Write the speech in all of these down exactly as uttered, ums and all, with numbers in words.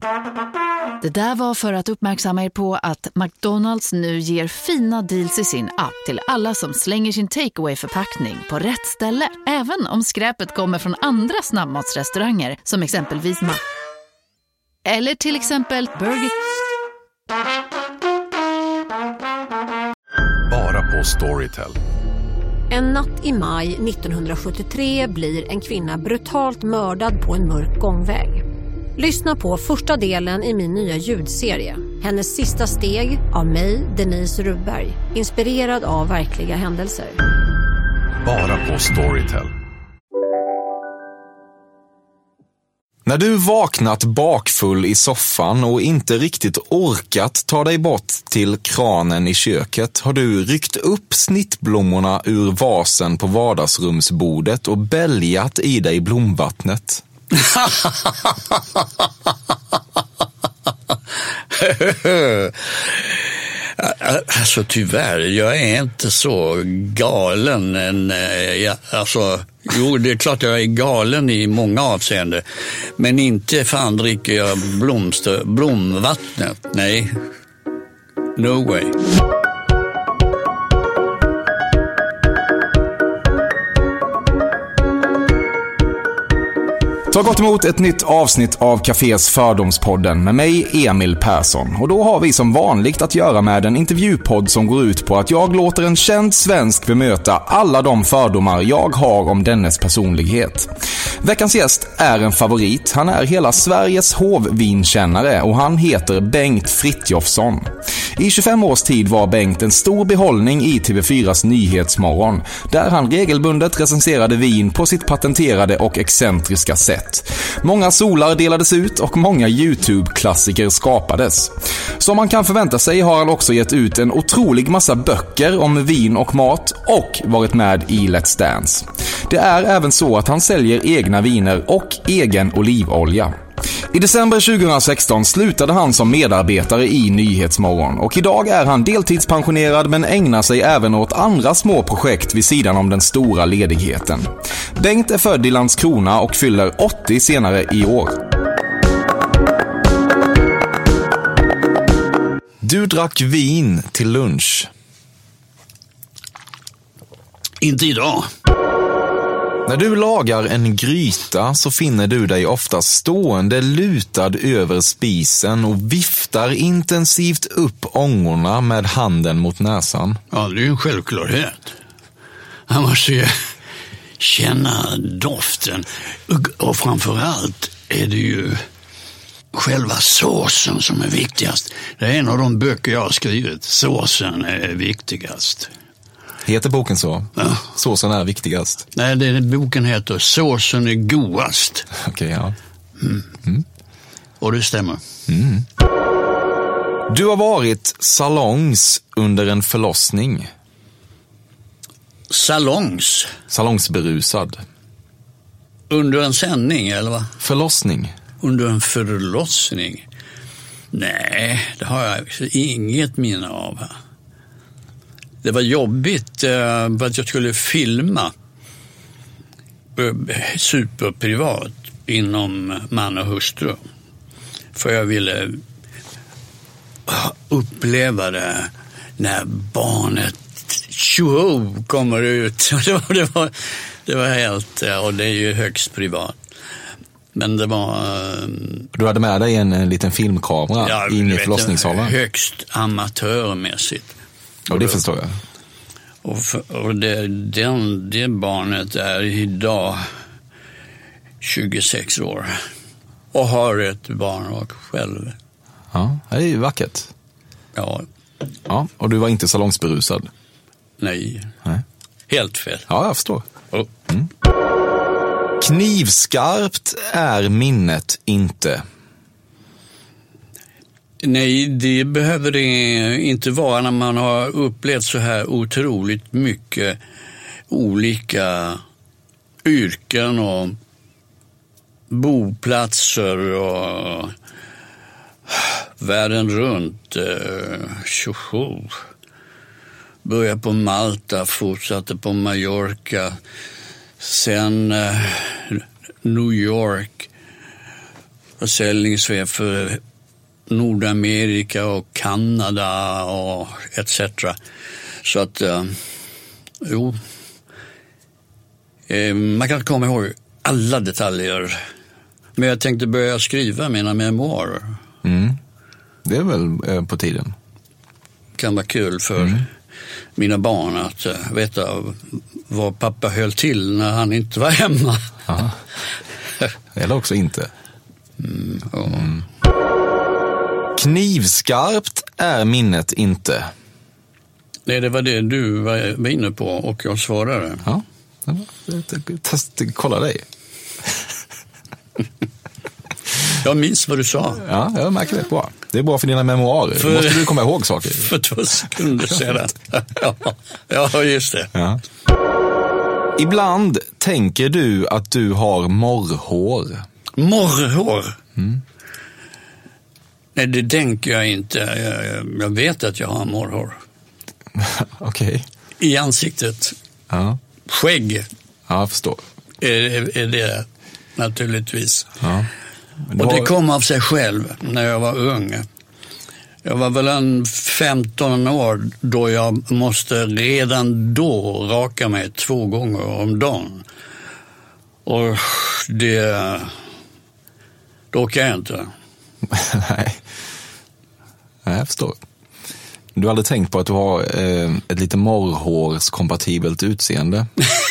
Det där var för att uppmärksamma er på att McDonald's nu ger fina deals i sin app till alla som slänger sin takeaway-förpackning på rätt ställe. Även om skräpet kommer från andra snabbmatsrestauranger som exempelvis Ma... Eller till exempel Burger... Bara på Storytel. En natt i maj nittonhundrasjuttiotre blir en kvinna brutalt mördad på en mörk gångväg. Lyssna på första delen i min nya ljudserie. Hennes sista steg av mig, Denise Rubberg. Inspirerad av verkliga händelser. Bara på Storytel. När du vaknat bakfull i soffan och inte riktigt orkat ta dig bort till kranen i köket har du ryckt upp snittblommorna ur vasen på vardagsrumsbordet och bälgat i dig blomvattnet. Alltså tyvärr, jag är inte så galen. En, ja, alltså, jo, det är klart jag är galen i många avseenden. Men inte fan dricker jag blomster, blomvattnet. Nej, no way. Ta gott emot ett nytt avsnitt av Cafés Fördomspodden med mig, Emil Persson. Och då har vi som vanligt att göra med en intervjupodd som går ut på att jag låter en känd svensk bemöta alla de fördomar jag har om dennes personlighet. Veckans gäst är en favorit. Han är hela Sveriges hovvinkännare och han heter Bengt Frithiofsson. I tjugofem års tid var Bengt en stor behållning i T V fyras Nyhetsmorgon, där han regelbundet recenserade vin på sitt patenterade och excentriska sätt. Många solar delades ut och många YouTube-klassiker skapades. Som man kan förvänta sig har han också gett ut en otrolig massa böcker om vin och mat och varit med i Let's Dance. Det är även så att han säljer egna viner och egen olivolja. I december tjugohundrasexton slutade han som medarbetare i Nyhetsmorgon och idag är han deltidspensionerad men ägnar sig även åt andra små projekt vid sidan om den stora ledigheten. Bengt är född i Landskrona och fyller åttio senare i år. Du drack vin till lunch. Inte idag. När du lagar en gryta så finner du dig ofta stående lutad över spisen och viftar intensivt upp ångorna med handen mot näsan. Ja, det är ju en självklarhet. Man måste ju känna doften. Och framförallt är det ju själva såsen som är viktigast. Det är en av de böcker jag har skrivit. Såsen är viktigast. Heter boken så? Ja. Såsen är viktigast. Nej, det är, boken heter Såsen är godast. Okej, okay, ja. Mm. Mm. Och det stämmer. Mm. Du har varit salongs under en förlossning. Salongs? Salongsberusad. Under en sändning, eller vad? Förlossning. Under en förlossning? Nej, det har jag inget minne av här. Det var jobbigt eh, för att jag skulle filma eh, superprivat inom man och hustru. För jag ville uppleva det när barnet tjo kommer ut. det, var, det, var, det var helt, och det är ju högst privat. Men det var... Eh, du hade med dig en, en liten filmkamera ja, in i förlossningssalen? Högst amatörmässigt. Och det förstår jag. Och, för, och det, den, det barnet är idag tjugosex år och har ett barn och själv. Ja, det är ju vackert. Ja. Ja, och du var inte salongsberusad? Nej. Nej. Helt fel. Ja, jag förstår. Oh. Mm. Knivskarpt är minnet inte. Nej, det behöver det inte vara när man har upplevt så här otroligt mycket olika yrken och boplatser och världen runt. Tjoho. Började på Malta, fortsatte på Mallorca, sen New York, försäljningschef för Nordamerika och Kanada och et cetera. Så att, eh, jo, eh, man kan inte komma ihåg alla detaljer. Men jag tänkte börja skriva mina memoarer. Mm. Det är väl eh, på tiden. Kan vara kul för mm. mina barn att uh, veta vad pappa höll till när han inte var hemma. Ja. Eller också inte. Mm, ja. mm. Knivskarpt är minnet inte. Nej, det var det du var inne på och jag svarade. Ja, test, kolla dig. Jag minns vad du sa. Ja, jag märker det bra. Det är bra för dina memoarer. För, måste du komma ihåg saker. För två sekunder sedan. Ja, ja, just det. Ja. Ibland tänker du att du har morrhår. Morrhår? Mm. Nej, det tänker jag inte. Jag, jag vet att jag har morrhår. Okej. Okay. I ansiktet. Ja. Skägg. Ja, jag förstår. Är, är det naturligtvis. Ja. Och det kom av sig själv när jag var ung. Jag var väl en femton år då jag måste redan då raka mig två gånger om dagen. Och det... Då kan jag inte. Nej. Nej, jag förstår. Du har aldrig tänkt på att du har eh, ett lite morrhårskompatibelt utseende?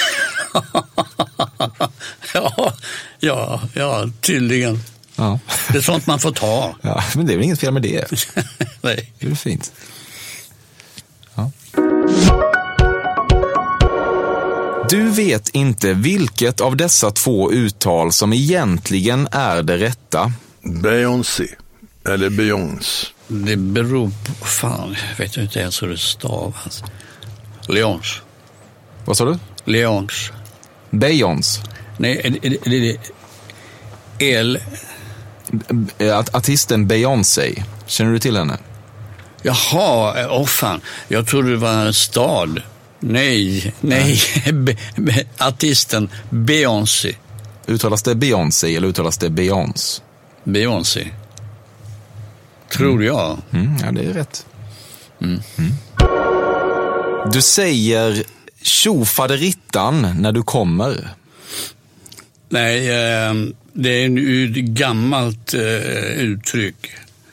ja, ja, ja, tydligen. Ja. Det är sånt man får ta. Ja, men det är väl inget fel med det. Nej. Det är fint. Ja. Du vet inte vilket av dessa två uttal som egentligen är det rätta. Beyoncé eller Beyoncé. Det beror på, fan, jag vet inte ens hur det stavas. Leonce. Vad sa du? Leonce. Beyoncé. Nej, det är El... Artisten Beyoncé. Känner du till henne? Jaha, åh oh fan. Jag trodde det var en stad. Nej, nej. Be, be, artisten Beyoncé. Uttalas det Beyoncé eller uttalas det Beyoncé? Beyoncé. Tror mm. jag. Mm, ja, det är rätt. Mm. Mm. Du säger tjofaderittan när du kommer. Nej, eh, det är ett gammalt eh, uttryck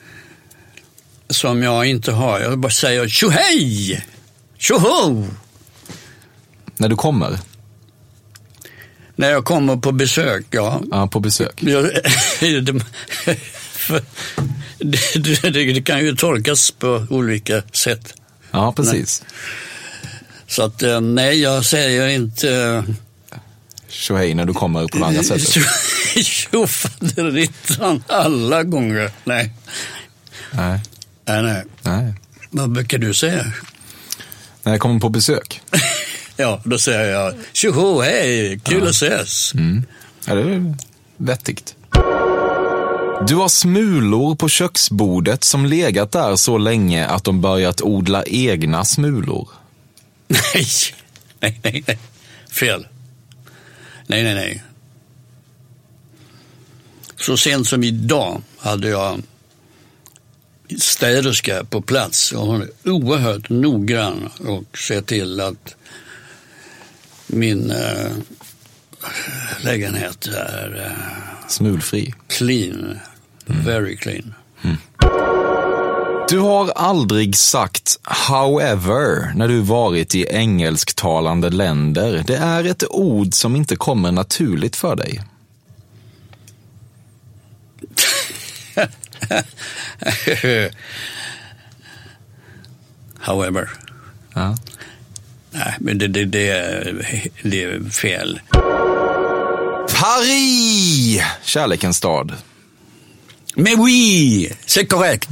som jag inte har. Jag bara säger tjohej! Tjoho! När du kommer? När jag kommer på besök, ja. Ja, på besök. Jag, det, för, det, det, det kan ju tolkas på olika sätt. Ja, precis. Nej. Så att, nej, jag säger inte... Tjohej när du kommer på andra sättet. Tjofaderittan alla gånger, nej. Nej. Nej, nej. Nej. Vad brukar du säga? När jag kommer på besök? Ja, då säger jag tjoho, hej, kul ja. Att ses. Mm. Ja, det är vettigt. Du har smulor på köksbordet som legat där så länge att de börjat odla egna smulor. Nej, nej, nej, nej. Fel. Nej, nej, nej. Så sent som idag hade jag städerska på plats och hon är oerhört noggrann och ser till att min äh, lägenhet är äh, smulfri. Clean. Mm. Very clean. Mm. Du har aldrig sagt however när du varit i engelsktalande länder. Det är ett ord som inte kommer naturligt för dig. However. Ja. Nej, men det, det, det, det är fel. Paris! Kärlekens stad. Mais oui, c'est correct.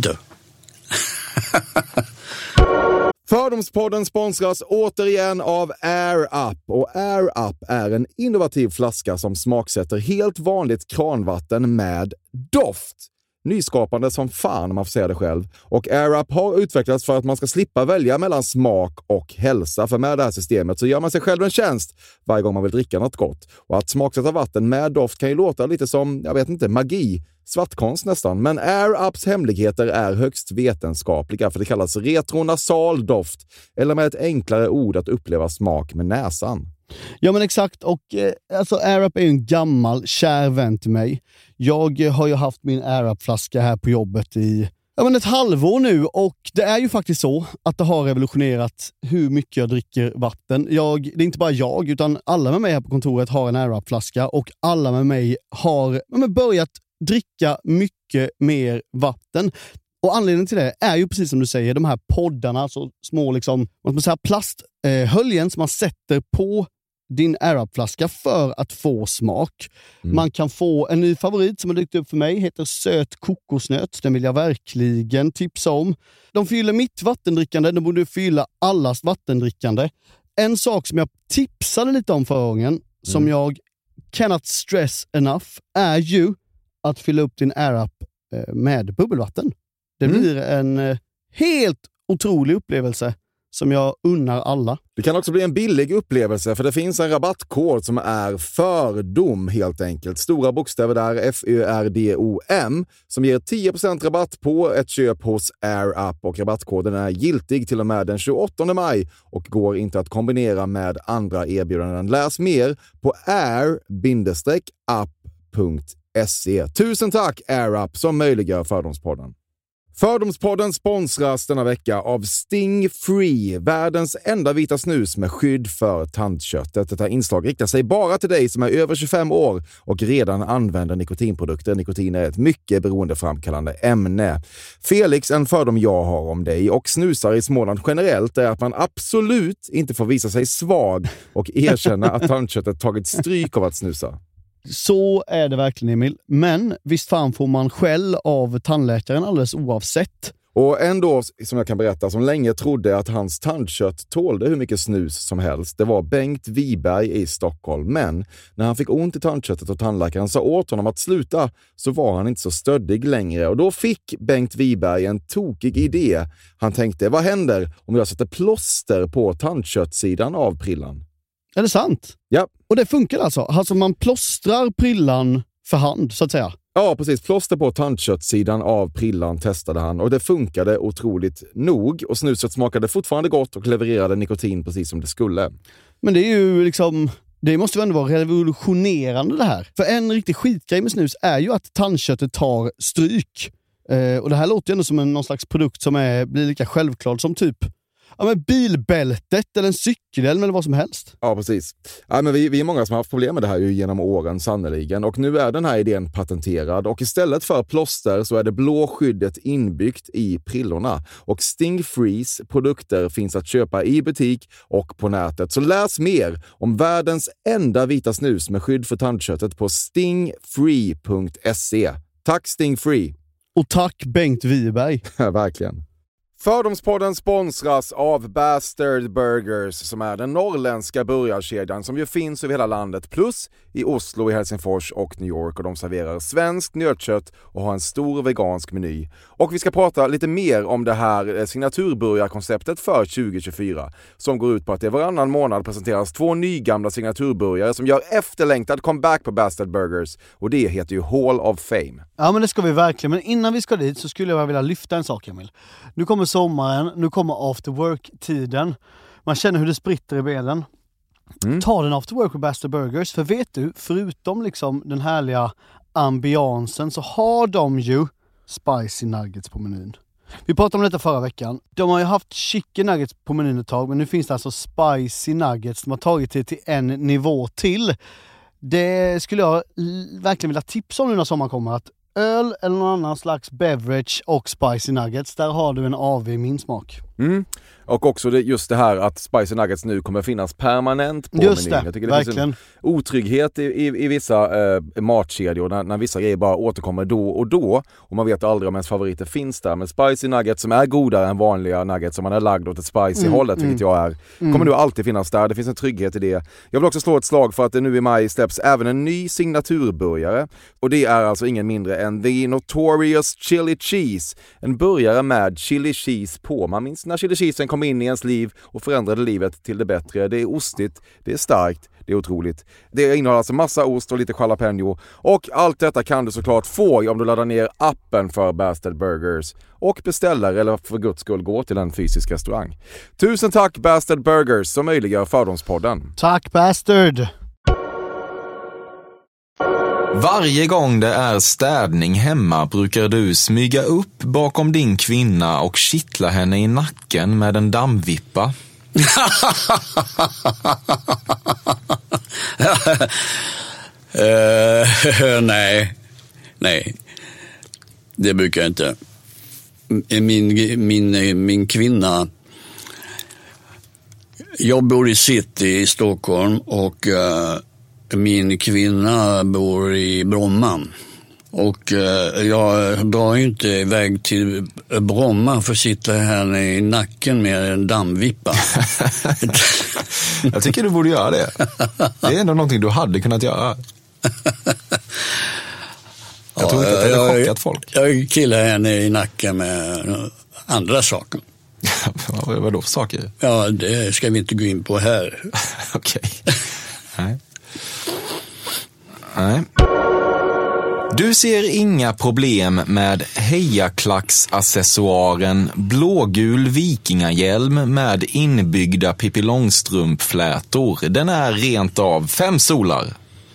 Fördomspodden sponsras återigen av Air Up. Och Air Up är en innovativ flaska som smaksätter helt vanligt kranvatten med doft. nyskapande som fan om man får säga det själv. Och Air Up har utvecklats för att man ska slippa välja mellan smak och hälsa. För med det här systemet så gör man sig själv en tjänst varje gång man vill dricka något gott. Och att smaksätta vatten med doft kan ju låta lite som, jag vet inte, magi. Svartkonst nästan, men Air Ups hemligheter är högst vetenskapliga för det kallas retronasal doft eller med ett enklare ord att uppleva smak med näsan. Ja men exakt, och eh, alltså Air Up är ju en gammal kär vän till mig. Jag eh, har ju haft min Air Up-flaska här på jobbet i ja, men ett halvår nu och det är ju faktiskt så att det har revolutionerat hur mycket jag dricker vatten. Jag, det är inte bara jag utan alla med mig här på kontoret har en Air Up-flaska och alla med mig har ja, men börjat dricka mycket mer vatten. Och anledningen till det är ju precis som du säger, de här poddarna, alltså små liksom, vad man säger, plasthöljen eh, som man sätter på din Air Up-flaska för att få smak. Mm. Man kan få en ny favorit som har dykt upp för mig, heter söt kokosnöt. Den vill jag verkligen tipsa om. De fyller mitt vattendrickande, de borde fylla allas vattendrickande. En sak som jag tipsade lite om förra gången, mm. som jag cannot stress enough, är ju att fylla upp din Air Up med bubbelvatten. Det mm. blir en helt otrolig upplevelse som jag unnar alla. Det kan också bli en billig upplevelse för det finns en rabattkod som är fördom helt enkelt. Stora bokstäver där, F Ö R D O M, som ger tio procent rabatt på ett köp hos Air Up och rabattkoden är giltig till och med den tjugoåttonde maj och går inte att kombinera med andra erbjudanden. Läs mer på air up punkt se. Tusen tack Air Up som möjliggör Fördomspodden. Fördomspodden sponsras denna vecka av Sting Free, världens enda vita snus med skydd för tandköttet. Detta inslag riktar sig bara till dig som är över tjugofem år och redan använder nikotinprodukter. Nikotin är ett mycket beroendeframkallande ämne. Felix, en fördom jag har om dig och snusar i Småland generellt är att man absolut inte får visa sig svag och erkänna att tandköttet tagit stryk av att snusa. Så är det verkligen, Emil. Men visst fan får man skäll av tandläkaren alldeles oavsett. Och ändå, som jag kan berätta, som länge trodde att hans tandkött tålde hur mycket snus som helst. Det var Bengt Wiberg i Stockholm. Men när han fick ont i tandköttet och tandläkaren sa åt honom att sluta så var han inte så stöddig längre. Och då fick Bengt Wiberg en tokig idé. Han tänkte, vad händer om jag sätter plåster på tandköttsidan av prillan? Är det sant? Ja. Och det funkar alltså? Alltså man plåstrar prillan för hand, så att säga? Ja, precis. Plåster på tandköttsidan av prillan testade han och det funkade otroligt nog. Och snuset smakade fortfarande gott och levererade nikotin precis som det skulle. Men det är ju liksom... Det måste ju ändå vara revolutionerande det här. För en riktig skitgrej med snus är ju att tandköttet tar stryk. Eh, och det här låter ju ändå som en, någon slags produkt som är, blir lika självklart som typ ja, men bilbältet eller en cykelhjälm eller vad som helst. Ja, precis. Ja, men vi, vi är många som har haft problem med det här ju genom åren sannoliken. Och nu är den här idén patenterad. Och istället för plåster så är det blå skyddet inbyggt i prillorna. Och Sting Frees produkter finns att köpa i butik och på nätet. Så läs mer om världens enda vita snus med skydd för tandköttet på sting free punkt se. Tack Sting Free! Och tack Bengt Wiberg! Ja, verkligen. Fördomspodden sponsras av Bastard Burgers som är den norrländska burgarkedjan som ju finns över hela landet plus i Oslo, i Helsingfors och New York och de serverar svenskt nötkött och har en stor vegansk meny. Och vi ska prata lite mer om det här signaturburgarkonceptet för tjugo tjugofyra som går ut på att det varannan månad presenteras två nygamla signaturburgare som gör efterlängtad comeback på Bastard Burgers och det heter ju Hall of Fame. Ja men det ska vi verkligen, men innan vi ska dit så skulle jag vilja lyfta en sak Emil. Nu kommer sommaren, nu kommer after work-tiden. Man känner hur det spritter i benen. Mm. Ta den after work på Bastard Burgers. För vet du, förutom liksom den härliga ambiansen så har de ju spicy nuggets på menyn. Vi pratade om detta förra veckan. De har ju haft chicken nuggets på menyn ett tag, men nu finns det alltså spicy nuggets. De har tagit det till en nivå till. Det skulle jag verkligen vilja tipsa om nu när sommaren kommer, att öl eller någon annan slags beverage och spicy nuggets, där har du en A V i min smak. Mm. Och också det, just det här att spicy nuggets nu kommer finnas permanent på just menyn. Det, Jag tycker det verkligen. finns en otrygghet i, i, i vissa eh, matkedjor när, när vissa grejer bara återkommer då och då och man vet aldrig om ens favoriter finns där. Men spicy nuggets som är godare än vanliga nuggets som man är lagd åt ett spicy mm, hållet, vilket mm. jag är, kommer mm. nu alltid finnas där. Det finns en trygghet i det. Jag vill också slå ett slag för att det nu i maj släpps även en ny signaturburgare och det är alltså ingen mindre än The Notorious Chili Cheese. En burgare med chili cheese på. Man minns när chili cheesen kom in i ens liv och förändrade livet till det bättre. Det är ostigt, det är starkt, det är otroligt. Det innehåller alltså massa ost och lite jalapeno. Och allt detta kan du såklart få om du laddar ner appen för Bastard Burgers och beställer eller för guds skull gå till en fysisk restaurang. Tusen tack Bastard Burgers som möjliggör Fördomspodden. Tack Bastard! Varje gång det är städning hemma brukar du smyga upp bakom din kvinna och kittla henne i nacken med en dammvippa. uh, nej, nej, det brukar jag inte. Min, min, min kvinna, jag bor i city i Stockholm och uh, min kvinna bor i Bromma. Och eh, jag drar ju inte iväg till Bromma för att sitta här i nacken med en dammvippa. Jag tycker du borde göra det. Det är ändå någonting du hade kunnat göra. Jag ja, tror inte att det hade chockat folk. Jag killar henne i nacken med andra saker. Vad då för saker? Ja, det ska vi inte gå in på här. Okej. Nej. Nej. Du ser inga problem med hejaklacksaccessoaren blågul vikingahjälm med inbyggda Pippi Långstrump-flätor. Den är rent av fem solar.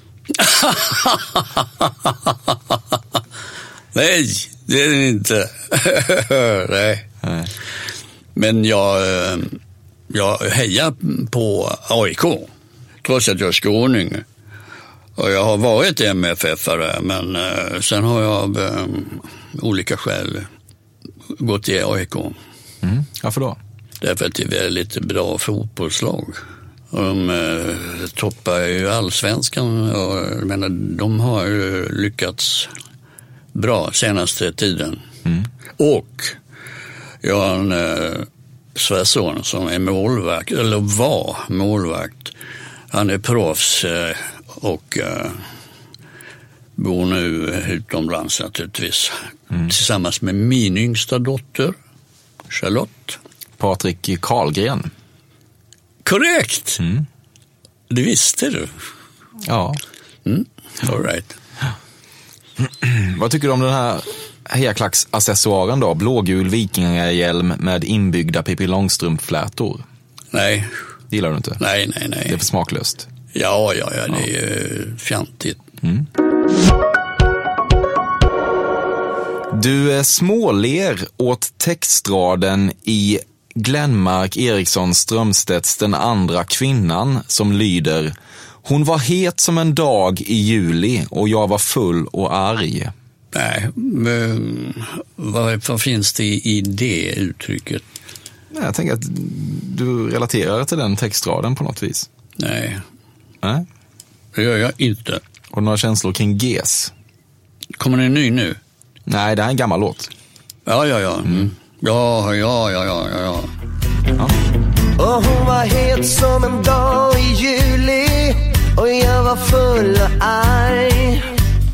Nej, det är den inte. Nej. Nej. Men jag, jag hejar på A I K trots att jag är skåning. Och jag har varit M F F-are, men eh, sen har jag av eh, olika skäl gått till A I K. Mm. Varför då? Därför att det är väldigt bra fotbollslag. De eh, toppar ju allsvenskan och jag menar, de har ju lyckats bra senaste tiden. Mm. Och jag har en eh, svärson som är målvakt, eller var målvakt. Han är proffs eh, och uh, bor nu utomlands naturligtvis. Mm. Tillsammans med min yngsta dotter, Charlotte. Patrik Karlgren. Korrekt! Mm. Det visste du. Ja. Mm. All right. Vad tycker du om den här hejaklacksaccessoaren då? Blågul vikingahjälm med inbyggda Pippi Långstrump-flätor. Nej. Det gillar du inte? Nej, nej, nej. Det är för smaklöst. Ja, ja, ja, det är ju fjantigt. Mm. Du småler åt textraden i Glenmark Eriksson Strömstedts Den andra kvinnan som lyder: hon var het som en dag i juli och jag var full och arg. Nej, men vad, vad finns det i det uttrycket? Nej, jag tänker att du relaterar till den textraden på något vis. Nej. Nej, det gör jag inte. Och några känslor kring Ges? Kommer det en ny nu? Nej, det här är en gammal låt. Ja, ja, ja. Mm. Ja, ja, ja, ja, ja. ja. Och hon var het som en dag i juli och jag var full och arg.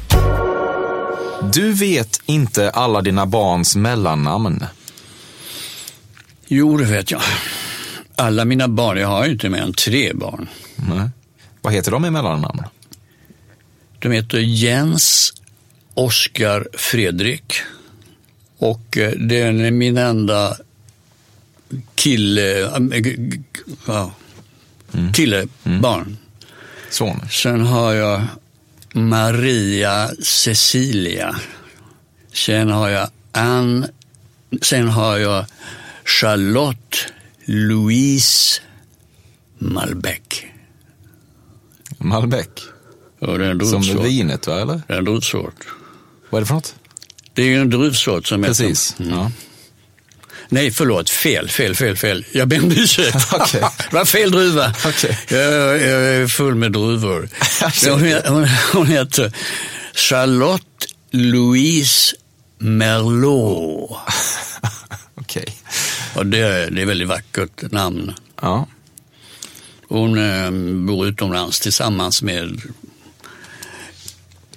Du vet inte alla dina barns mellannamn. Jo, det vet jag. Alla mina barn, jag har ju inte mer än tre barn. Nej. Vad heter de i mellannamn? De heter Jens, Oskar, Fredrik. Och det är min enda kille, ja, mm. kille mm. barn. Son. Sen har jag Maria Cecilia. Sen har jag Ann. Sen har jag Charlotte Louise Malbec. Malbec? Ja, det är en drudsort. Som vinet, va, eller? Det är en drudsort. Vad är det för något? Det är ju en drudsort som heter... Precis, mm. ja. Nej, förlåt. Fel, fel, fel, fel. Jag ber om ursäkt. Okay. Det var fel druva. Okay. Jag, jag är full med druvor. hon, hon, hon heter Charlotte Louise Merlot. Okej. Okay. Och det, det är väldigt vackert namn. Ja. Hon eh, bor utomlands tillsammans med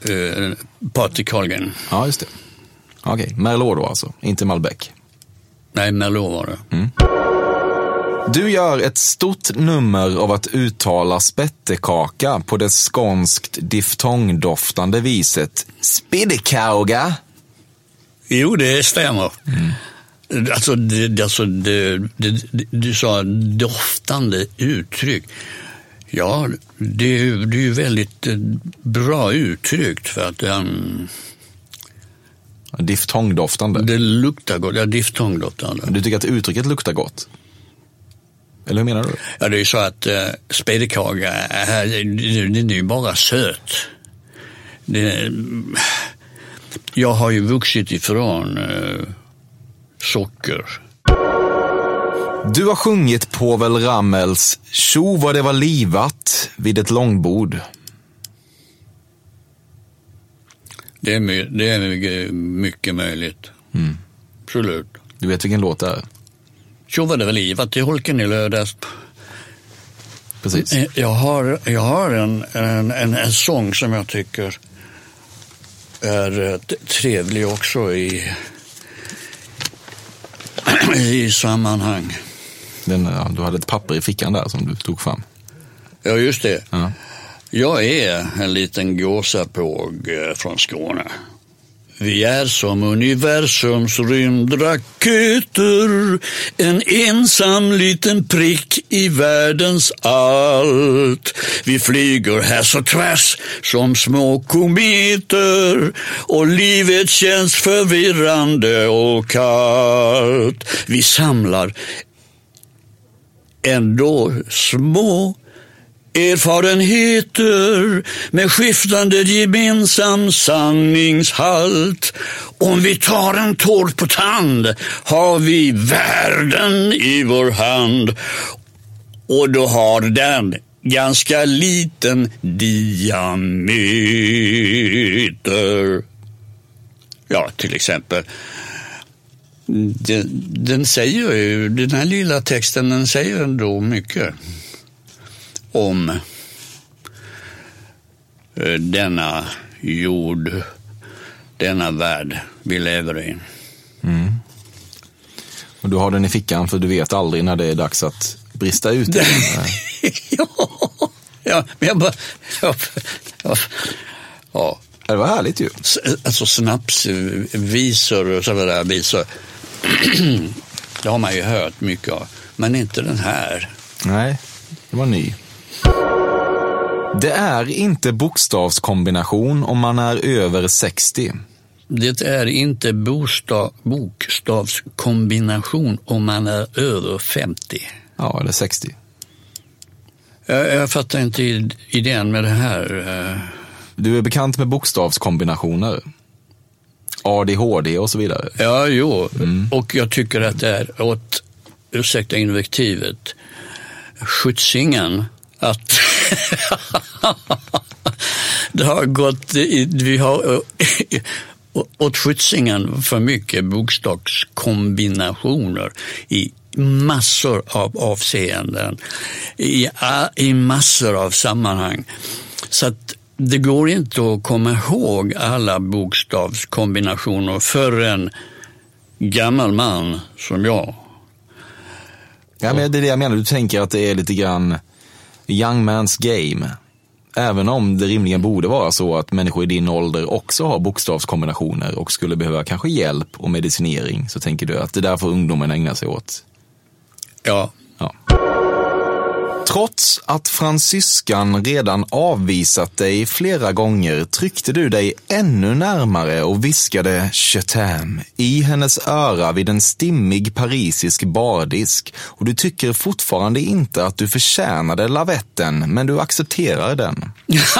uh, Patrik Carlgren. Ja, just det. Okej, okay. Merlot då alltså, inte Malbec. Nej, Merlot var det. Mm. Du gör ett stort nummer av att uttala spettekaka på det skånskt diftongdoftande viset. Spidekauga? Jo, det stämmer. Mm. Alltså, det, alltså det, det, det, du sa doftande uttryck. Ja, det, det är ju väldigt bra uttryckt för att um, diftongdoftande. Det luktar gott, ja, diftongdoftande. Du tycker att uttrycket luktar gott? Eller hur menar du? Ja, det är ju så att uh, spedekaga, den är ju bara söt. Det, jag har ju vuxit ifrån uh, socker. Du har sjungit Povel Ramels "Tjo vad det var livat" vid ett långbord. Det är, my- det är mycket, mycket möjligt. Mm. Absolut. Du vet vilken låt det är? "Tjo vad det var livat" i Holken i lördags. Precis. Jag har, jag har en, en, en, en sång som jag tycker är trevlig också i, i sammanhang. Den, ja, du hade ett papper i fickan där som du tog fram. Ja, just det. Ja. Jag är en liten gåsapåg från Skåne. Vi är som universums rymdraketer, en ensam liten prick i världens allt. Vi flyger här så tvärs som små kometer, och livet känns förvirrande och kallt. Vi samlar ändå små erfarenheter med skiftande gemensam sanningshalt. Om vi tar en tår på tand har vi världen i vår hand, och då har den ganska liten diameter. Ja, till exempel. Den, den säger ju, den här lilla texten, den säger ändå mycket om denna jord, denna värld vi lever i. Mm. Och du har den i fickan för du vet aldrig när det är dags att brista ut. ja, ja, men jag bara... Ja, ja, ja. Det var härligt ju. Alltså snapsvisor och sådana där visor. Det har man ju hört mycket av. Men inte den här. Nej, det var ny. Det är inte bokstavskombination om man är över sextio. Det är inte bostav, bokstavskombination om man är över femtio. Ja, eller sextio. Jag, jag fattar inte idén med det här. Du är bekant med bokstavskombinationer. A D H D och så vidare. Ja, jo. Mm. Och jag tycker att det är åt, ursäkta invektivet, skjutsingen att det har gått, vi har åt skjutsingen för mycket bokstavskombinationer i massor av avseenden, i, i massor av sammanhang. Så att det går inte att komma ihåg alla bokstavskombinationer för en gammal man som jag. Ja, men det är det jag menar. Du tänker att det är lite grann young man's game. Även om det rimligen borde vara så att människor i din ålder också har bokstavskombinationer och skulle behöva kanske hjälp och medicinering, så tänker du att det där får ungdomen ägna sig åt. Ja. Ja. Trots att fransyskan redan avvisat dig flera gånger tryckte du dig ännu närmare och viskade "Je t'aime" i hennes öra vid en stimmig parisisk bardisk, och du tycker fortfarande inte att du förtjänade lavetten, men du accepterar den.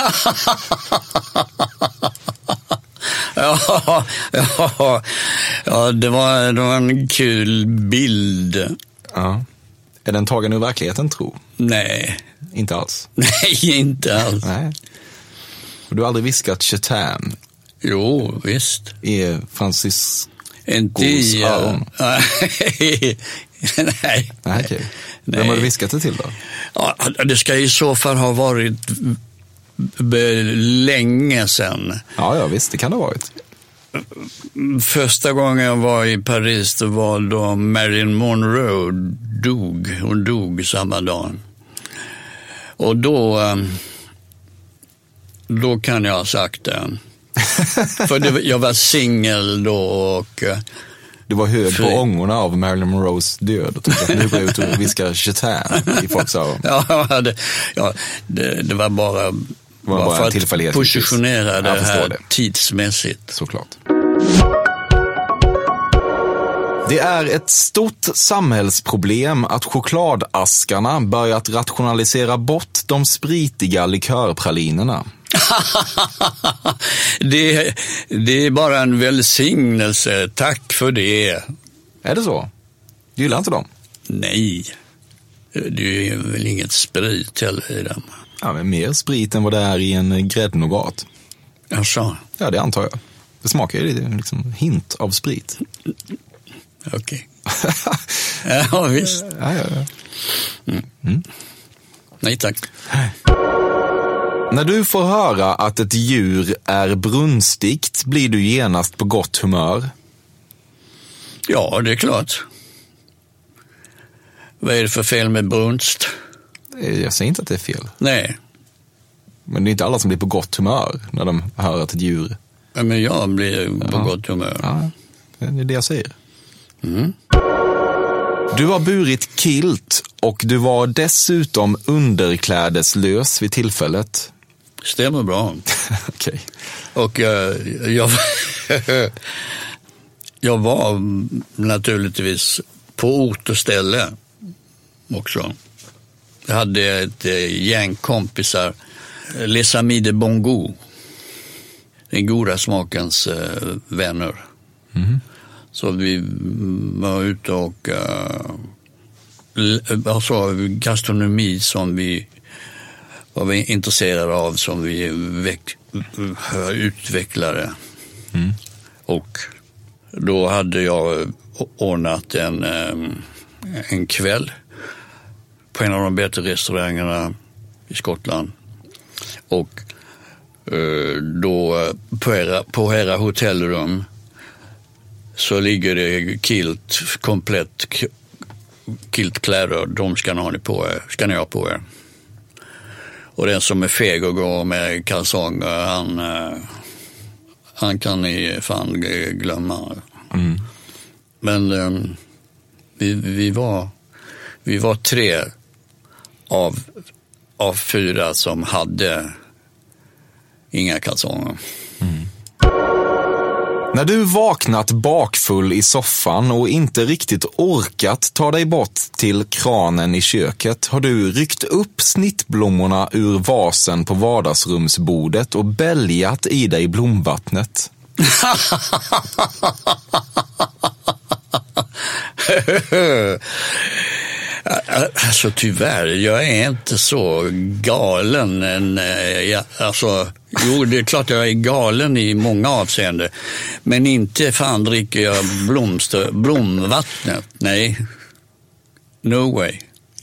ja, ja, ja det, var, det var en kul bild. Ja. Är den tagen ur verkligheten, tro? Nej. Inte alls? Nej, inte alls. Nej. Och du har aldrig viskat "Je t'aime"? Jo, visst. I Francis inte i öron? Nej. Nej. Nej, okej. Vem har du viskat det till då? Ja, det ska i så fall ha varit länge sedan. Ja, ja, visst, det kan det ha varit. Första gången jag var i Paris, det var då Marilyn Monroe dog. Hon dog samma dag. Och då, då kan jag ha sagt det. För det, jag var singel då och... Du var hög på ångorna av Marilyn Monroes död och tyckte att nu går jag ut och viskar Chetan i folks öron. Ja, det, ja det, det var bara, var bara, bara för att positionera det här det. tidsmässigt. Såklart. Det är ett stort samhällsproblem att chokladaskarna börjat rationalisera bort de spritiga likörpralinerna. det, det är bara en välsignelse. Tack för det. Är det så? Du gillar inte dem? Nej. Det är väl inget sprit heller i dem. Ja, men mer sprit än vad det är i en gräddnougat. Jaså? Ja, det antar jag. Det smakar ju liksom hint av sprit. Okej. Okay. Ja, visst. Ja, ja, ja. Mm. Mm. Nej, tack. När du får höra att ett djur är brunstigt blir du genast på gott humör. Ja, det är klart. Vad är det för fel med brunst? Jag säger inte att det är fel. Nej. Men det är inte alla som blir på gott humör när de hör att ett djur... Ja, men jag blir på ja. gott humör. Ja, det är det jag säger. Mm. Du har burit kilt och du var dessutom underklädeslös vid tillfället. Stämmer bra. Okej. Och uh, jag, jag var naturligtvis på ort och ställe också. Jag hade ett gäng kompisar, Les Amis de Bongo, den goda smakens uh, vänner. Mm. Så vi var ute och uh, alltså gastronomi som vi var vi intresserade av, som vi väck, utvecklare. Mm. Och då hade jag ordnat en, en kväll på en av de bättre restaurangerna i Skottland. Och då på era, på era hotellrum så ligger det kilt, komplett kiltkläder. De ska ni ha på er. Ska ni ha på er. Och den som är feg och går med kalsonger, han, han kan ni fan glömma. Mm. Men um, vi, vi, var, vi var tre av, av fyra som hade inga kalsonger. Mm. När du vaknat bakfull i soffan och inte riktigt orkat ta dig bort till kranen i köket har du ryckt upp snittblommorna ur vasen på vardagsrumsbordet och bälgat i dig blomvattnet. Alltså tyvärr, jag är inte så galen. En, ja, alltså, jo, det är klart jag är galen i många avseenden. Men inte fan dricker jag blomster, blomvattnet. Nej, no way.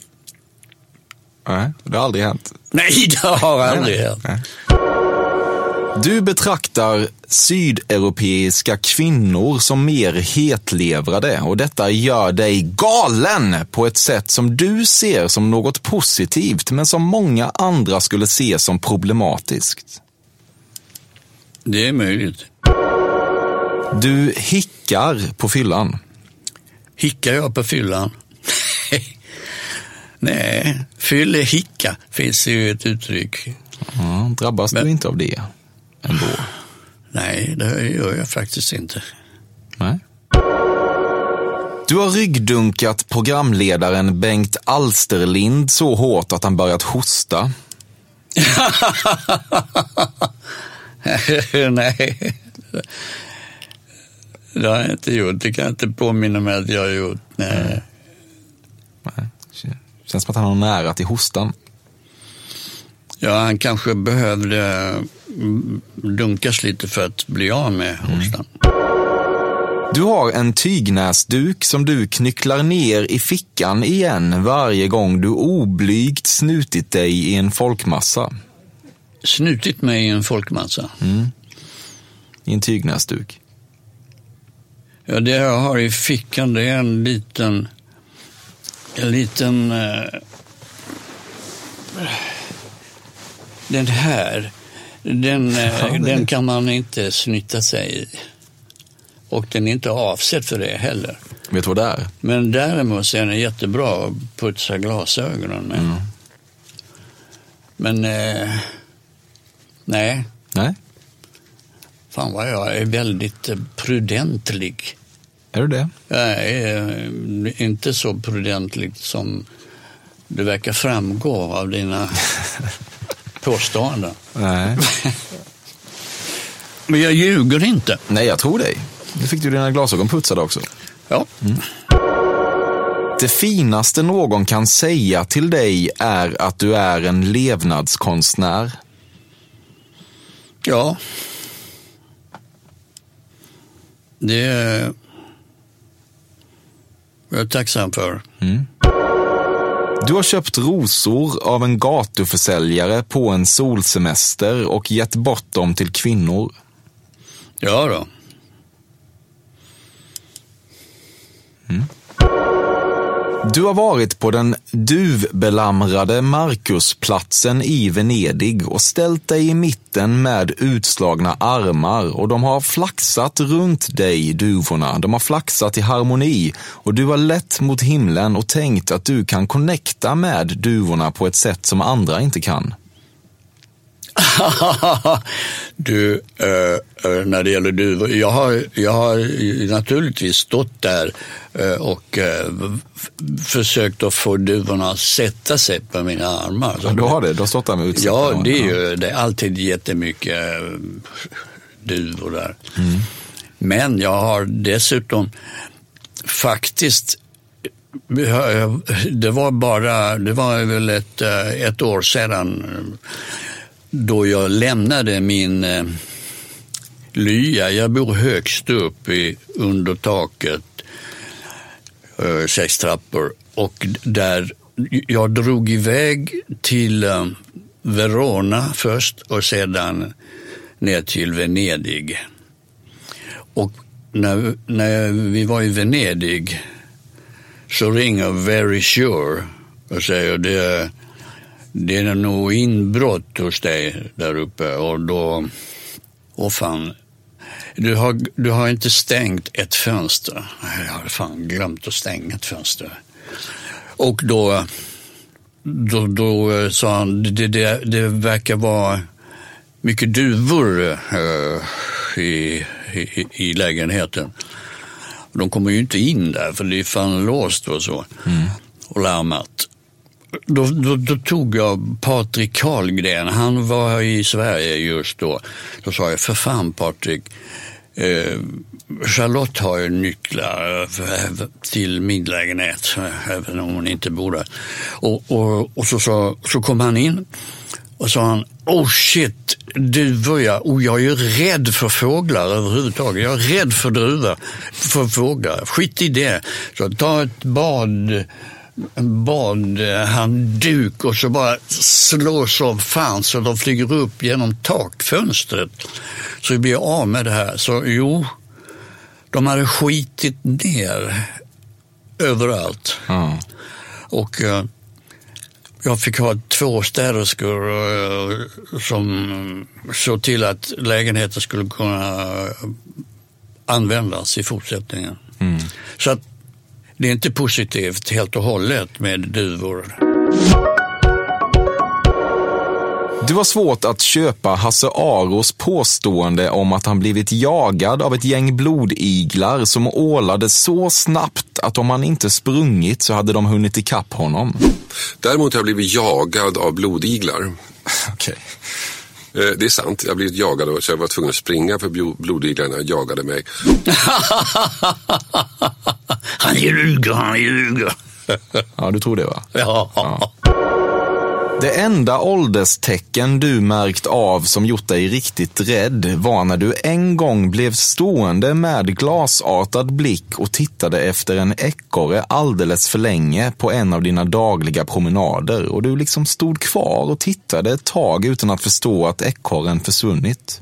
Nej, det har aldrig hänt. Nej, det har aldrig hänt. Nej. Du betraktar sydeuropeiska kvinnor som mer hetlevrade och detta gör dig galen på ett sätt som du ser som något positivt men som många andra skulle se som problematiskt. Det är möjligt. Du hickar på fyllan. Hickar jag på fyllan? Nej, fylle hicka finns ju ett uttryck. Ja, drabbas men... du inte av det ändå? Nej, det gör jag faktiskt inte. Nej. Du har ryggdunkat programledaren Bengt Alsterlind så hårt att han börjat hosta. Nej, det har jag inte gjort. Det kan jag inte påminna mig att jag har gjort. Nej. Nej. Känns som att han har nära till hostan. Ja, han kanske behövde dunkas lite för att bli av med hostan. Mm. Du har en tygnäsduk som du knycklar ner i fickan igen varje gång du oblygt snutit dig i en folkmassa. snutit mig i en folkmassa. Mm. I en tygnäsduk. Ja, det jag har i fickan, det är en liten en liten uh, den här den, uh, ja, den kan man inte snyta sig i. Och den är inte avsedd för det heller. Vet du vad det är? Men däremot så är den jättebra att putsa glasögonen med. Mm. Men eh, nej. Nej. Fan vad jag är väldigt prudentlig. Är du det? Jag är inte så prudentlig som det verkar framgå av dina påståenden. Nej. Men jag ljuger inte. Nej, jag tror dig. Nu fick du dina glasögon putsade också. Ja. Mm. Det finaste någon kan säga till dig är att du är en levnadskonstnär. Ja. Det är jag är tacksam för. Mm. Du har köpt rosor av en gatuförsäljare på en solsemester och gett bort dem till kvinnor. Ja då. Mm. Du har varit på den duvbelamrade Markusplatsen i Venedig och ställt dig i mitten med utslagna armar och de har flaxat runt dig, duvorna. De har flaxat i harmoni och du har lett mot himlen och tänkt att du kan connecta med duvorna på ett sätt som andra inte kan. Du, äh, när det gäller duvor, jag har, jag har naturligtvis stått där äh, och äh, f- försökt att få duvorna att sätta sig på mina armar. Ja, du har det, du har stått där med utsatta. Ja, det är ju det är alltid jättemycket äh, duvor där. Mm. Men jag har dessutom faktiskt, det var bara, det var väl ett, ett år sedan då jag lämnade min eh, lya. Jag bor högst upp i undertaket, eh, sex trappor. Och där jag drog iväg till eh, Verona först och sedan ner till Venedig. Och när, när vi var i Venedig så ringer Very Sure och säger det Det är nog inbrott hos dig där uppe och då, åh fan, du har, du har inte stängt ett fönster. Jag har fan glömt att stänga ett fönster. Och då, då, då sa han, det, det, det verkar vara mycket duvor uh, i, i, i lägenheten. De kommer ju inte in där för det är fan låst och så, mm. och larmat. Då, då, då tog jag Patrik Karlgren, han var i Sverige just då. Då sa jag, för fan Patrik, eh, Charlotte har ju nycklar till min lägenhet, även om hon inte bor där. Och, och, och så, så, så kom han in och sa han, oh shit, duvor jag, och jag är ju rädd för fåglar överhuvudtaget. Jag är rädd för druvor, för fåglar, skit i det. Så ta ett bad... en badhandduk och så bara slår som fan så de flyger upp genom takfönstret. Så vi blir av med det här. Så jo, de hade skitit ner överallt. Mm. Och uh, jag fick ha två städerskor uh, som såg till att lägenheten skulle kunna användas i fortsättningen. Mm. Så att det är inte positivt helt och hållet med duvor. Du har svårt att köpa Hasse Aros påstående om att han blivit jagad av ett gäng blodiglar som ålade så snabbt att om han inte sprungit så hade de hunnit ikapp honom. Däremot har jag blivit jagad av blodiglar. Okej. Det är sant, jag har blivit jagad så jag var tvungen att springa för blodiglarna jagade mig. Han ljuger, han ljuger. Ja, du tror det va? Ja. Ja. Det enda ålderstecken du märkt av som gjort dig riktigt rädd var när du en gång blev stående med glasartad blick och tittade efter en ekorre alldeles för länge på en av dina dagliga promenader, och du liksom stod kvar och tittade ett tag utan att förstå att ekorren försvunnit.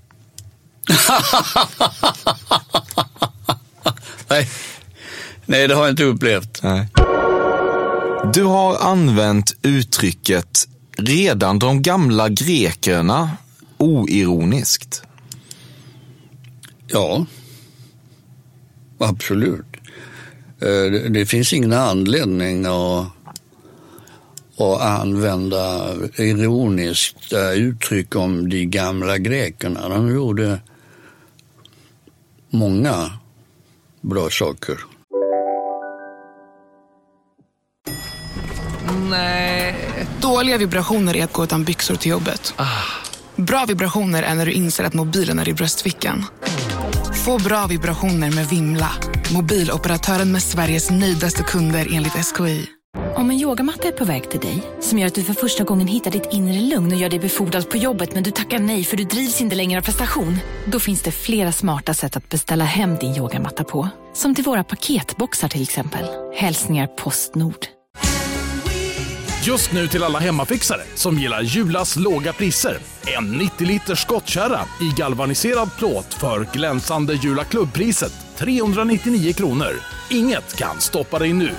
Nej. Nej, det har jag inte upplevt. Nej. Du har använt uttrycket redan de gamla grekerna oironiskt. Ja, absolut. Det, det finns ingen anledning att, att använda ironiskt uttryck om de gamla grekerna. De gjorde många bra saker. Nej. Dåliga vibrationer är att gå utan byxor till jobbet. Ah. Bra vibrationer är när du inser att mobilen är i bröstfickan. Få bra vibrationer med Vimla. Mobiloperatören med Sveriges nöjdaste kunder enligt S K I. Om en yogamatta är på väg till dig, som gör att du för första gången hittar ditt inre lugn och gör dig befordrad på jobbet, men du tackar nej för du drivs inte längre av prestation. Då finns det flera smarta sätt att beställa hem din yogamatta på. Som till våra paketboxar till exempel. Hälsningar Postnord. Just nu till alla hemmafixare som gillar Julas låga priser. En nittio liters skottkärra i galvaniserad plåt för glänsande Jula klubbpriset trehundranittionio kronor. Inget kan stoppa dig nu.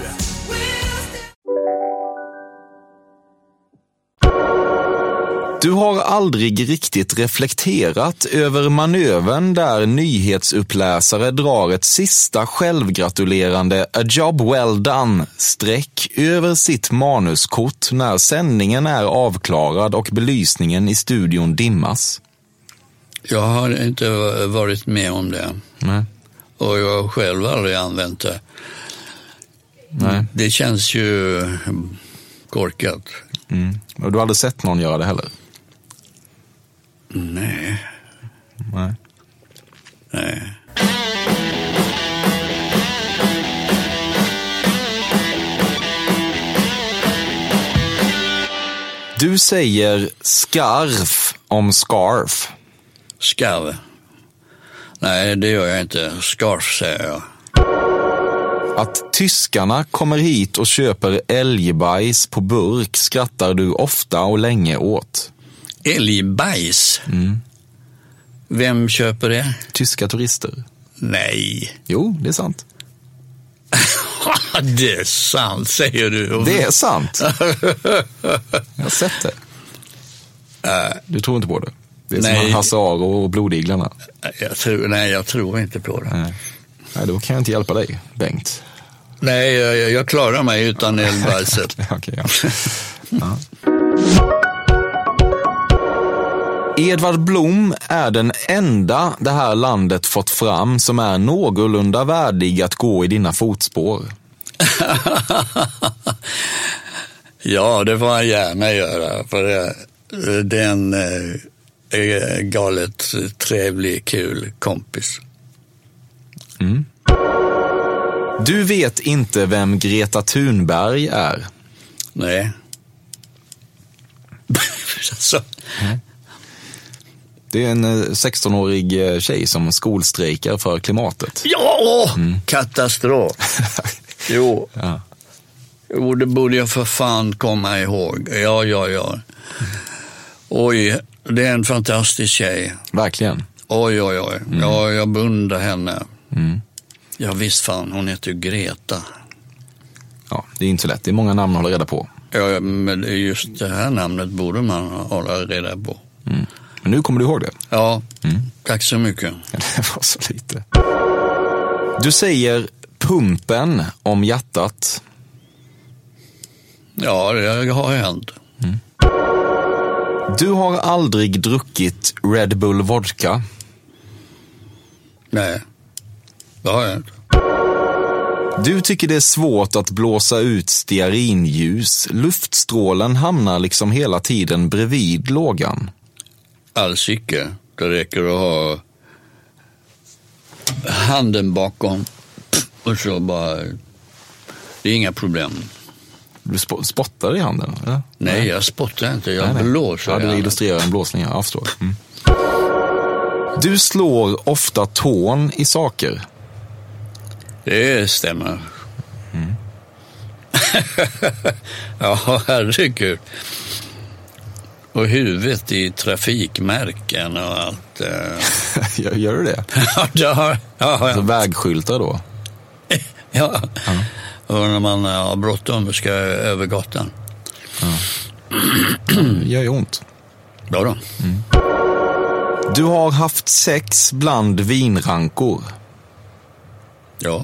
Du har aldrig riktigt reflekterat över manövern där nyhetsuppläsare drar ett sista självgratulerande a job well done streck över sitt manuskort när sändningen är avklarad och belysningen i studion dimmas. Jag har inte varit med om det. Nej. Och jag har själv aldrig använt det. Nej. Det känns ju korkat. Mm. Och du har aldrig sett någon göra det heller? Nej. Nej. Nej. Du säger scarf om scarf. Scarf? Nej, det gör jag inte. Scarf säger jag. Att tyskarna kommer hit och köper älgbajs på burk skrattar du ofta och länge åt. Älgbajs? Mm. Vem köper det? Tyska turister. Nej. Jo, det är sant. Det är sant, säger du. Det är sant. Jag har sett det. Du tror inte på det? Det är nej. Som Hasse Aro och blodiglarna. Jag tror, nej, jag tror inte på det. Nej. Nej, då kan jag inte hjälpa dig, Bengt. Nej, jag, jag klarar mig utan älgbajset. Okej, ja. Ja. Edvard Blom är den enda det här landet fått fram som är någorlunda värdig att gå i dina fotspår. Ja, det får han gärna göra. För det, det är en eh, galet trevlig, kul kompis. Mm. Du vet inte vem Greta Thunberg är? Nej. alltså. Mm. Det är en sextonårig tjej som skolstrejkar för klimatet. Ja, mm. Katastrof. Jo. Ja. Jo, det borde jag för fan komma ihåg. Ja, ja, ja. Oj, det är en fantastisk tjej. Verkligen. Oj, oj, oj. Mm. Ja, jag beundrar henne. Mm. Ja, visst fan, hon heter ju Greta. Ja, det är inte så lätt. Det är många namn att hålla reda på. Ja, men just det här namnet borde man hålla reda på. Mm. Men nu kommer du ihåg det. Ja, mm. Tack så mycket. Det var så lite. Du säger pumpen om hjärtat. Ja, det har hänt. Mm. Du har aldrig druckit Red Bull vodka? Nej, det har jag inte. Du tycker det är svårt att blåsa ut stearinljus. Luftstrålen hamnar liksom hela tiden bredvid lågan. Alls icke. Det räcker att ha handen bakom och så bara... Det är inga problem. Du spottar i handen? Eller? Nej, nej, jag spottar inte. Jag nej, blåser. Ja, du illustrerar en blåsning. Jag förstår. Mm. Du slår ofta tån i saker. Det stämmer. Mm. Ja, herregud. Och huvudet i trafikmärken och allt. Gör, gör du det? Ja, det har, ja, ja. Alltså vägskyltar då? Ja, ja. Och när man har bråttom ska över gatan. Ja. Det gör ju ont. Bra då. Mm. Du har haft sex bland vinrankor. Ja.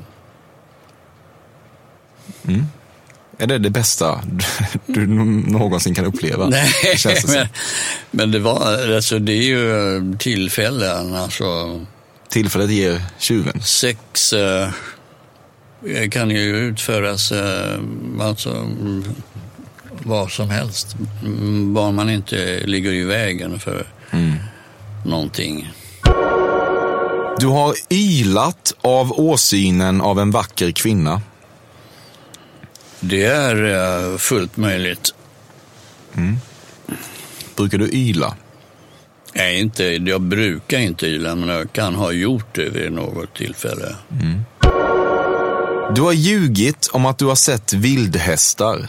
Mm. Är det det bästa du någonsin kan uppleva? Nej, det men, men det var, alltså det är ju tillfällen, alltså. Tillfället ger tjuven. Sex eh, kan ju utföras eh, alltså vad som helst. Bara man inte ligger i vägen för mm. någonting. Du har ylat av åsynen av en vacker kvinna. Det är uh, fullt möjligt. Mm. Brukar du yla? Nej, inte. Jag brukar inte yla, men jag kan ha gjort det vid något tillfälle. Mm. Du har ljugit om att du har sett vildhästar.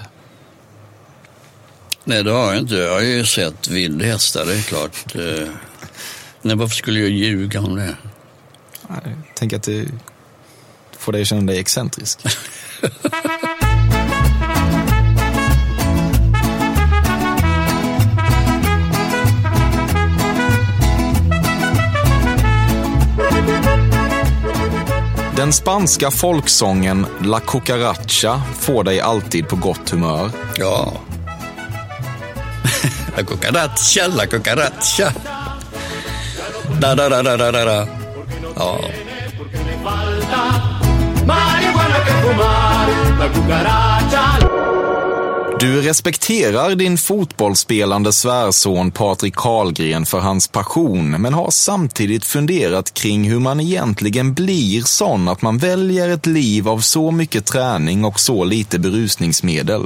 Nej, det har jag inte. Jag har ju sett vildhästar, det är klart. Nej, varför skulle jag ljuga om det? Jag tänker att det får dig känna dig excentrisk. Den spanska folksången La Cucaracha får dig alltid på gott humör. Ja. La Cucaracha, La Cucaracha. Da da da da da da. Ja. Du respekterar din fotbollsspelande svärson Patrik Karlgren för hans passion, men har samtidigt funderat kring hur man egentligen blir sån att man väljer ett liv av så mycket träning och så lite berusningsmedel.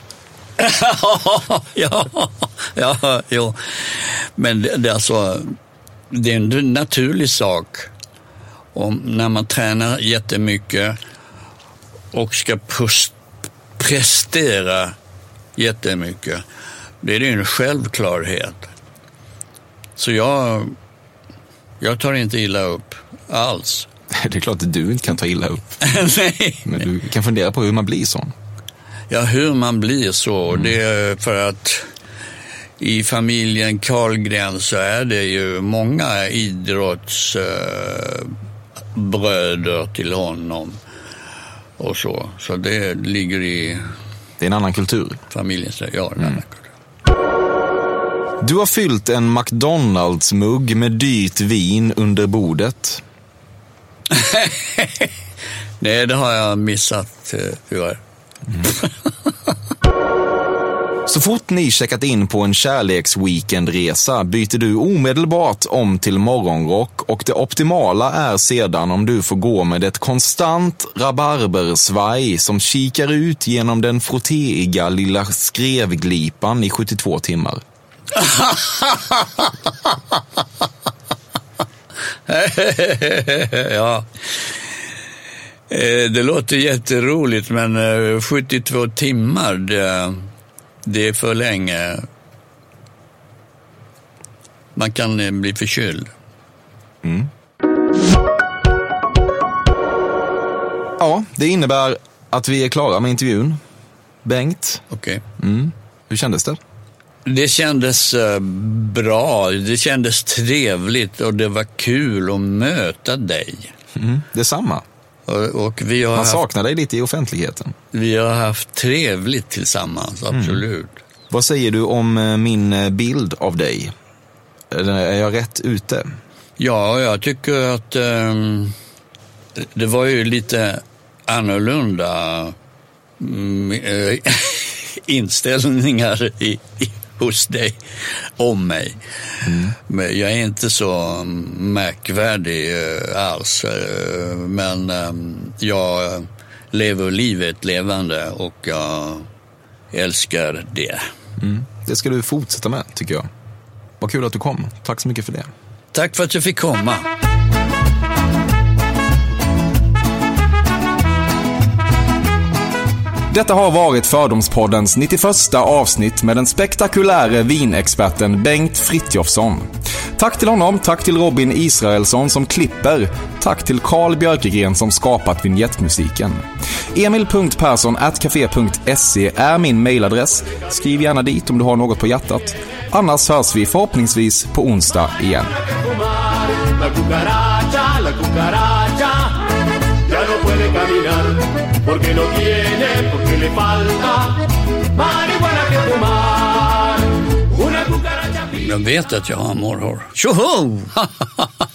ja, ja, ja. Men det, det, är alltså, det är en naturlig sak om när man tränar jättemycket och ska pust, prestera jättemycket. Det är en självklarhet. Så jag jag tar inte illa upp alls. Det är klart att du inte kan ta illa upp. Nej. Men du kan fundera på hur man blir sån. Ja, hur man blir så. Mm. Det är för att i familjen Karlgren så är det ju många idrottsbröder uh, till honom och så. Så det ligger i... Det är en annan kultur. Familjen, ja, en mm. annan kultur. Du har fyllt en McDonalds-mugg med dyrt vin under bordet. Nej, det har jag missat, tyvärr. Mm. Så fort ni checkat in på en kärleksweekendresa byter du omedelbart om till morgonrock, och det optimala är sedan om du får gå med ett konstant rabarbersvaj som kikar ut genom den frottéiga lilla skrevglipan i sjuttiotvå timmar. Ja. Det låter jätteroligt, men sjuttiotvå timmar, det, det är för länge. Man kan bli förkyld. Mm. Ja, det innebär att vi är klara med intervjun. Bengt. Okej. Okay. Mm. Hur kändes det? Det kändes uh, bra, det kändes trevligt och det var kul att möta dig. Mm. Detsamma. Och, och vi har Man haft, saknar dig lite i offentligheten. Vi har haft trevligt tillsammans, absolut. Mm. Vad säger du om min bild av dig? Är jag rätt ute? Ja, jag tycker att um, det var ju lite annorlunda um, inställningar i, i, hos dig om mig. Mm. Men jag är inte så märkvärdig uh, alls. Uh, men um, jag lever livet levande och jag, älskar det. Mm. Det ska du fortsätta med, tycker jag. Vad kul att du kom. Tack så mycket för det. Tack för att jag fick komma. Detta har varit Fördomspoddens nittioförsta avsnitt med den spektakuläre vinexperten Bengt Frithiofsson. Tack till honom, tack till Robin Israelsson som klipper, tack till Carl Björkegren som skapat vignettmusiken. emil punkt persson at café punkt se är min mailadress. Skriv gärna dit om du har något på hjärtat. Annars hörs vi förhoppningsvis på onsdag igen. La cucaracha, la cucaracha, ya no puede caminar, porque no tiene, porque le falta marihuana que fumar. Una cucaracha. Jag vet att jag har morrhår. Tjoho!